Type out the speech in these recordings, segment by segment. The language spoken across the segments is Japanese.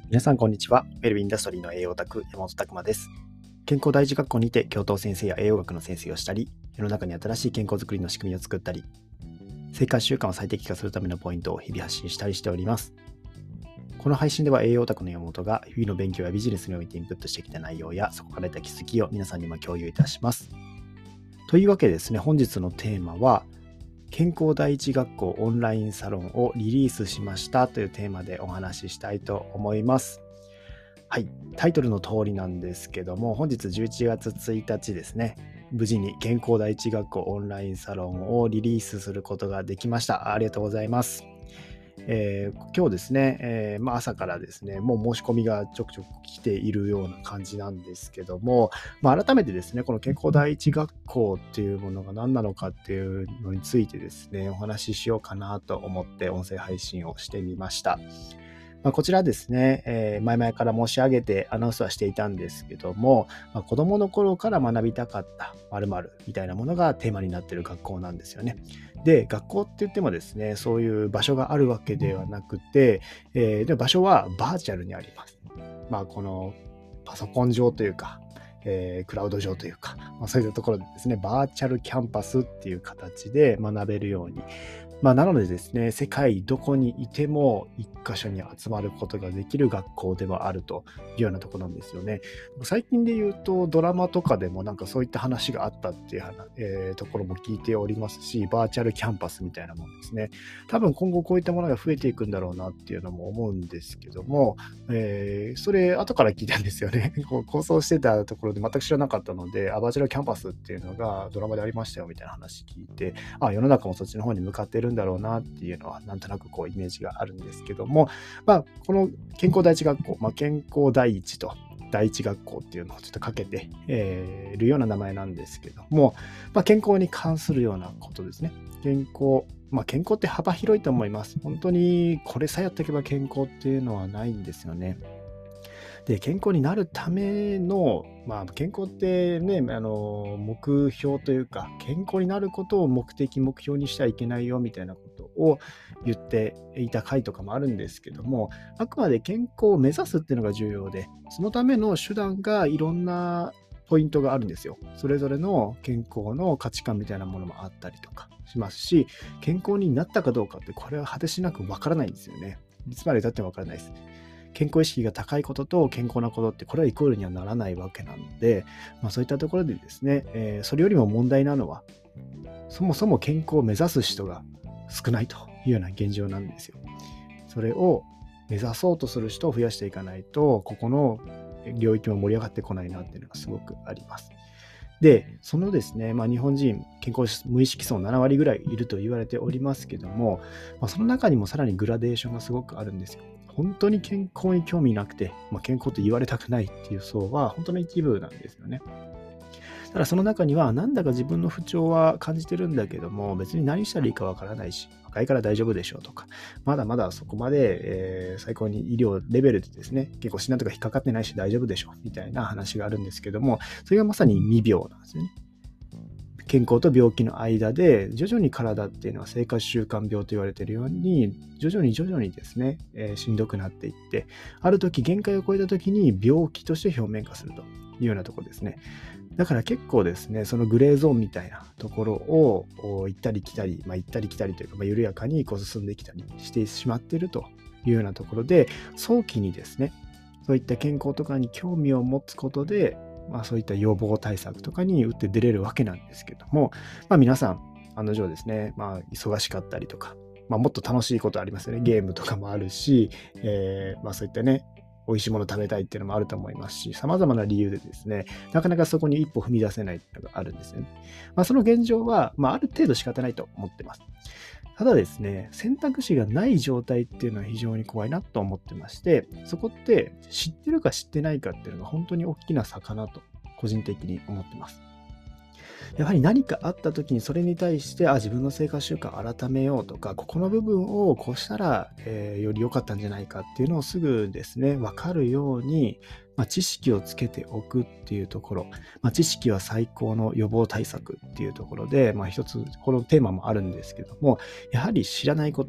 皆さんこんにちは。ウェルビーインダストリーの栄養オタク山本拓馬です。健康第一学校にて教頭先生や栄養学の先生をしたり、世の中に新しい健康づくりの仕組みを作ったり、生活習慣を最適化するためのポイントを日々発信したりしております。この配信では栄養オタクの山本が日々の勉強やビジネスにおいてインプットしてきた内容やそこから得た気づきを皆さんにも共有いたします。というわけでですね、本日のテーマは健康第一学校オンラインサロンをリリースしましたというテーマでお話ししたいと思います。はい、タイトルの通りなんですけども、本日11月1日ですね、無事に健康第一学校オンラインサロンをリリースすることができました。ありがとうございます。今日ですね、朝からですね、もう申し込みがちょくちょく来ているような感じなんですけども、改めてですね、この健康第一学校っていうものが何なのかっていうのについてですね、お話ししようかなと思って音声配信をしてみました。こちらですね、前々から申し上げてアナウンスはしていたんですけども、子供の頃から学びたかった〇〇みたいなものがテーマになっている学校なんですよね。で、学校って言ってもですね、そういう場所があるわけではなくて、で場所はバーチャルにあります。このパソコン上というか、クラウド上というか、そういったところでですね、バーチャルキャンパスっていう形で学べるように、なのでですね、世界どこにいても一箇所に集まることができる学校ではあるというようなところなんですよね。最近で言うとドラマとかでもなんかそういった話があったっていうところも聞いておりますし、バーチャルキャンパスみたいなものですね。多分今後こういったものが増えていくんだろうなっていうのも思うんですけども、それ後から聞いたんですよね。こう構想してたところで全く知らなかったので、バーチャルキャンパスっていうのがドラマでありましたよみたいな話聞いて、世の中もそっちの方に向かってるんだろうなっていうのはなんとなくこうイメージがあるんですけども、この健康第一学校、健康第一と第一学校っていうのをちょっとかけてるような名前なんですけども、健康に関するようなことですね。健康って幅広いと思います。本当にこれさえやっておけば健康っていうのはないんですよね。で、健康になるための、健康ってね、目標というか、健康になることを目的、目標にしちゃいけないよみたいなことを言っていた回とかもあるんですけども、あくまで健康を目指すっていうのが重要で、そのための手段がいろんなポイントがあるんですよ。それぞれの健康の価値観みたいなものもあったりとかしますし、健康になったかどうかってこれは果てしなくわからないんですよね。いつまで経ってもわからないです。健康意識が高いことと健康なことってこれはイコールにはならないわけなので、そういったところでですね、それよりも問題なのはそもそも健康を目指す人が少ないというような現状なんですよ。それを目指そうとする人を増やしていかないと、ここの領域も盛り上がってこないなっていうのがすごくあります。で、そのですね、日本人、健康無意識層7割ぐらいいると言われておりますけども、その中にもさらにグラデーションがすごくあるんですよ。本当に健康に興味なくて、健康と言われたくないっていう層は本当の一部なんですよね。ただその中には、なんだか自分の不調は感じてるんだけども、別に何したらいいかわからないし、若いから大丈夫でしょうとか、まだまだそこまで、最高に医療レベルでですね、結構診断とか引っかかってないし大丈夫でしょうみたいな話があるんですけども、それがまさに未病なんですよね。健康と病気の間で、徐々に体っていうのは生活習慣病と言われているように、徐々にですね、しんどくなっていって、ある時限界を超えた時に病気として表面化するというようなところですね。だから結構ですね、そのグレーゾーンみたいなところを行ったり来たり、行ったり来たりというか、緩やかにこう進んできたりしてしまっているというようなところで、早期にですね、そういった健康とかに興味を持つことで、そういった予防対策とかに打って出れるわけなんですけども、皆さん、案の定ですね、忙しかったりとか、もっと楽しいことありますよね。ゲームとかもあるし、そういったね、美味しいもの食べたいっていうのもあると思いますし、様々な理由でですね、なかなかそこに一歩踏み出せないっていうのがあるんですよね。その現状は、ある程度仕方ないと思ってます。ただですね、選択肢がない状態っていうのは非常に怖いなと思ってまして、そこって知ってるか知ってないかっていうのが本当に大きな差かなと、個人的に思ってます。やはり何かあった時にそれに対して、自分の生活習慣改めようとか、ここの部分をこうしたら、より良かったんじゃないかっていうのをすぐですね、分かるように、知識をつけておくっていうところ、知識は最高の予防対策っていうところで、一つこのテーマもあるんですけども、やはり知らないことっ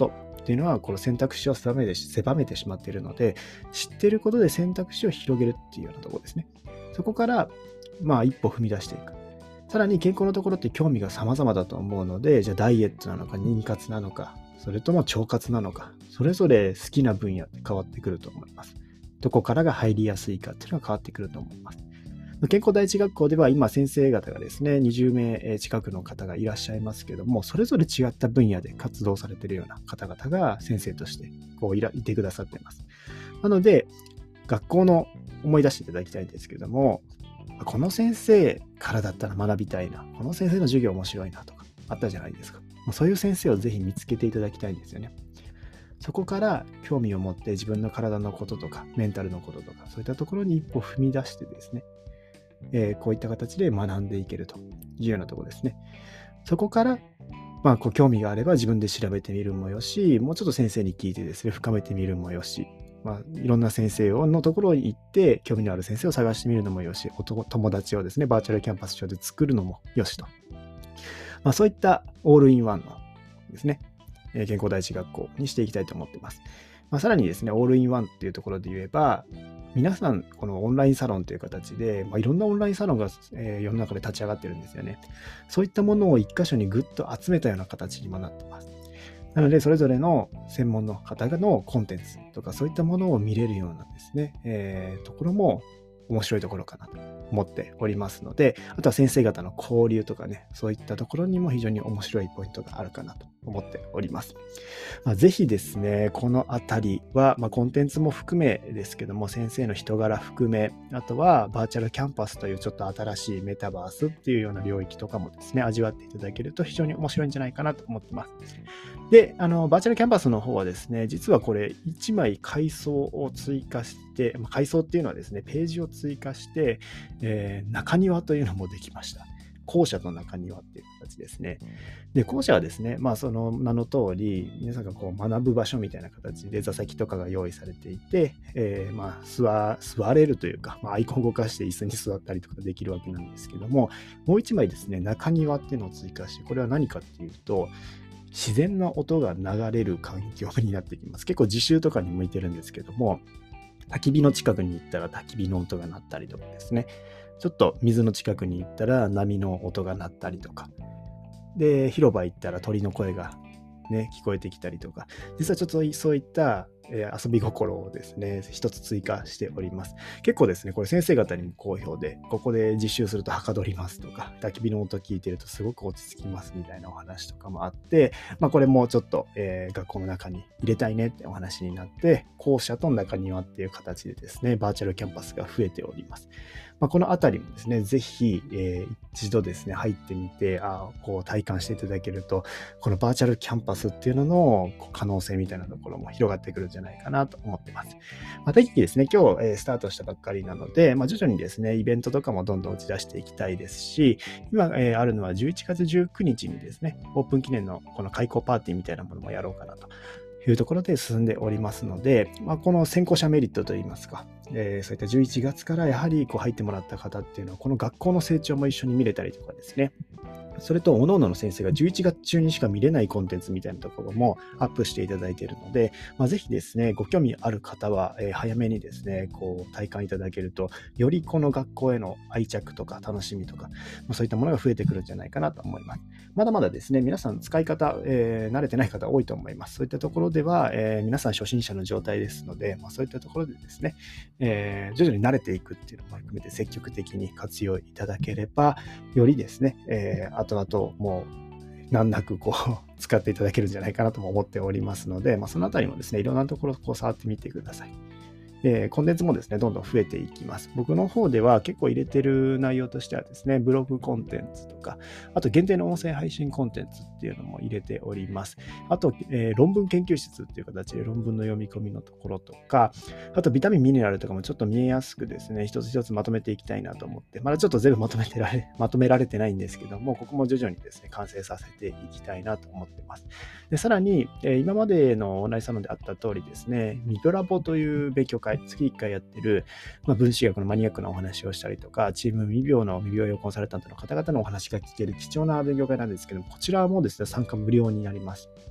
っていうのはこの選択肢を狭めてしまっているので、知っていることで選択肢を広げるっていうようなところですね。そこから一歩踏み出していく。さらに健康のところって興味が様々だと思うので、じゃあダイエットなのか妊活なのか、それとも腸活なのか、それぞれ好きな分野って変わってくると思います。どこからが入りやすいかっていうのが変わってくると思います。健康第一学校では今先生方がですね、20名近くの方がいらっしゃいますけども、それぞれ違った分野で活動されているような方々が先生としていてくださっています。なので、学校の思い出していただきたいんですけども、この先生からだったら学びたいな、この先生の授業面白いなとかあったじゃないですか。そういう先生をぜひ見つけていただきたいんですよね。そこから興味を持って自分の体のこととかメンタルのこととかそういったところに一歩踏み出してですね、こういった形で学んでいけるというようなところですね。そこから興味があれば自分で調べてみるもよし、もうちょっと先生に聞いてですね、深めてみるもよし、いろんな先生のところに行って興味のある先生を探してみるのもよし、友達をですね、バーチャルキャンパス上で作るのもよしと。そういったオールインワンのですね、健康第一学校にしていきたいと思っています。さらにですね、オールインワンっていうところで言えば、皆さん、このオンラインサロンという形で、いろんなオンラインサロンが、世の中で立ち上がってるんですよね。そういったものを一箇所にぐっと集めたような形にもなってます。なので、それぞれの専門の方のコンテンツとか、そういったものを見れるようなですね、ところも面白いところかなと思っておりますので、あとは先生方の交流とかね、そういったところにも非常に面白いポイントがあるかなと思っております。ぜひですね、このあたりは、コンテンツも含めですけども、先生の人柄含め、あとはバーチャルキャンパスというちょっと新しいメタバースっていうような領域とかもですね、味わっていただけると非常に面白いんじゃないかなと思ってます。で、バーチャルキャンパスの方はですね、実はこれ1枚階層を追加して、階層っていうのはですね、ページを追加して、中庭というのもできました。校舎と中庭っていう形ですね。で、校舎はですね、その名の通り、皆さんが学ぶ場所みたいな形で座席とかが用意されていて、座れるというか、アイコンを動かして椅子に座ったりとかできるわけなんですけども、もう一枚ですね、中庭っていうのを追加して、これは何かっていうと、自然な音が流れる環境になってきます。結構自習とかに向いてるんですけども、焚き火の近くに行ったら焚き火の音が鳴ったりとかですね、ちょっと水の近くに行ったら波の音が鳴ったりとか、で、広場行ったら鳥の声がね、聞こえてきたりとか、実はちょっとそういった遊び心をですね、一つ追加しております。結構ですね、これ先生方にも好評で、ここで実習するとはかどりますとか、焚き火の音聞いてるとすごく落ち着きますみたいなお話とかもあって、これもちょっと、学校の中に入れたいねってお話になって、校舎と中庭っていう形でですね、バーチャルキャンパスが増えております。このあたりもですね、ぜひ、一度ですね、入ってみて、体感していただけると、このバーチャルキャンパスっていうのの可能性みたいなところも広がってくるんじゃないかなと思ってます。適宜ですね、今日、スタートしたばっかりなので、徐々にですね、イベントとかもどんどん打ち出していきたいですし、今、あるのは11月19日にですね、オープン記念のこの開校パーティーみたいなものもやろうかなというところで進んでおりますので、この先行者メリットといいますか、そういった11月からやはり入ってもらった方っていうのは、この学校の成長も一緒に見れたりとかですね、それと各々の先生が11月中にしか見れないコンテンツみたいなところもアップしていただいているので、ぜひですね、ご興味ある方は、早めにですね、体感いただけると、よりこの学校への愛着とか楽しみとか、そういったものが増えてくるんじゃないかなと思います。まだまだですね、皆さん使い方、慣れてない方多いと思います。そういったところでは、皆さん初心者の状態ですので、そういったところでですね、徐々に慣れていくっていうのも含めて積極的に活用いただければ、よりですね、後々もう難なく使っていただけるんじゃないかなとも思っておりますので、そのあたりもですね、いろんなところ触ってみてください。コンテンツもですね、どんどん増えていきます。僕の方では結構入れてる内容としてはですね、ブログコンテンツとか、あと限定の音声配信コンテンツっていうのも入れております。あと、論文研究室っていう形で論文の読み込みのところとか、あとビタミンミネラルとかもちょっと見えやすくですね、一つ一つまとめていきたいなと思って、まだちょっと全部まとめられてないんですけども、ここも徐々にですね、完成させていきたいなと思ってます。で、さらに、今までのオンラインサロンであった通りですね、ミドラボという勉強会、月1回やってる、分子学のマニアックなお話をしたりとか、チーム未病の未病用コンサルタントの方々のお話が聞ける貴重な勉強会なんですけども、こちらもですね、参加無料になります。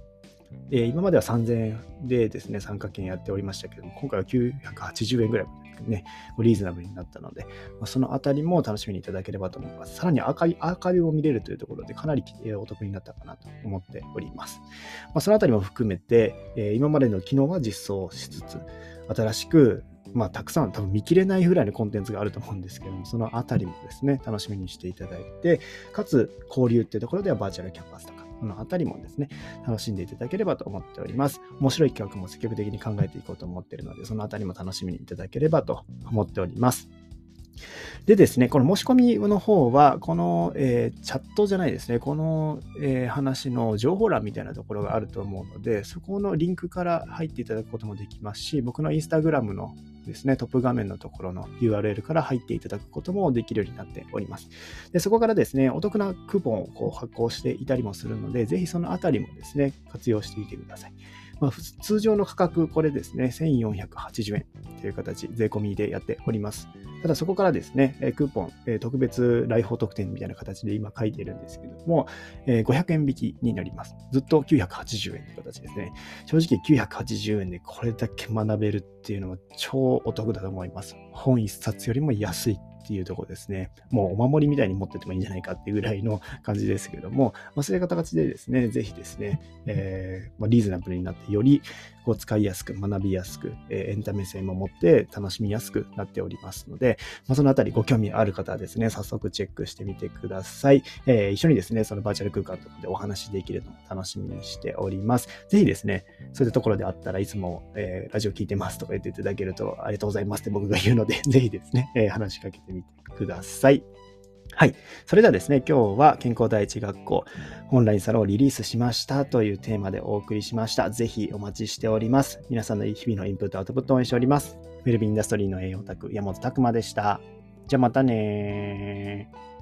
今までは3000円でですね、参加券やっておりましたけども、今回は980円ぐらいまでね、リーズナブルになったので、そのあたりも楽しみにいただければと思います。さらにアーカイブも見れるというところで、かなりお得になったかなと思っております。そのあたりも含めて、今までの機能は実装しつつ、新しくたくさん多分見切れないぐらいのコンテンツがあると思うんですけども、そのあたりもですね、楽しみにしていただいて、かつ交流っていうところではバーチャルキャンパスとか、このあたりもですね、楽しんでいただければと思っております。面白い企画も積極的に考えていこうと思っているので、そのあたりも楽しみにいただければと思っております。でですね、この申し込みの方は、この、チャットじゃないですね、この、話の情報欄みたいなところがあると思うので、そこのリンクから入っていただくこともできますし、僕のインスタグラムのですね、トップ画面のところの URL から入っていただくこともできるようになっております。で、そこからですね、お得なクーポンを発行していたりもするので、ぜひそのあたりもですね、活用してみてください。通常の価格、これですね、1480円という形、税込みでやっております。ただそこからですね、クーポン、特別来訪特典みたいな形で今書いているんですけども、500円引きになります。ずっと980円という形ですね。正直980円でこれだけ学べるっていうのは超お得だと思います。本一冊よりも安いっていうところですね。もうお守りみたいに持っててもいいんじゃないかっていうぐらいの感じですけども、そういう形でですね、ぜひですね、リーズナブルになってより使いやすく、学びやすく、エンタメ性も持って楽しみやすくなっておりますので、そのあたりご興味ある方はですね、早速チェックしてみてください。一緒にですね、そのバーチャル空間とかでお話できるのも楽しみにしております。ぜひですね、そういったところであったらいつも、ラジオ聞いてますとか言っていただけるとありがとうございますって僕が言うので、ぜひですね、話しかけてみてください。はい。それではですね、今日は健康第一学校オンラインサロンをリリースしましたというテーマでお送りしました。ぜひお待ちしております。皆さんの日々のインプットアウトプットを応援しております。ウェルビーインダストリーの栄養オタク、山本拓馬でした。じゃあまたねー。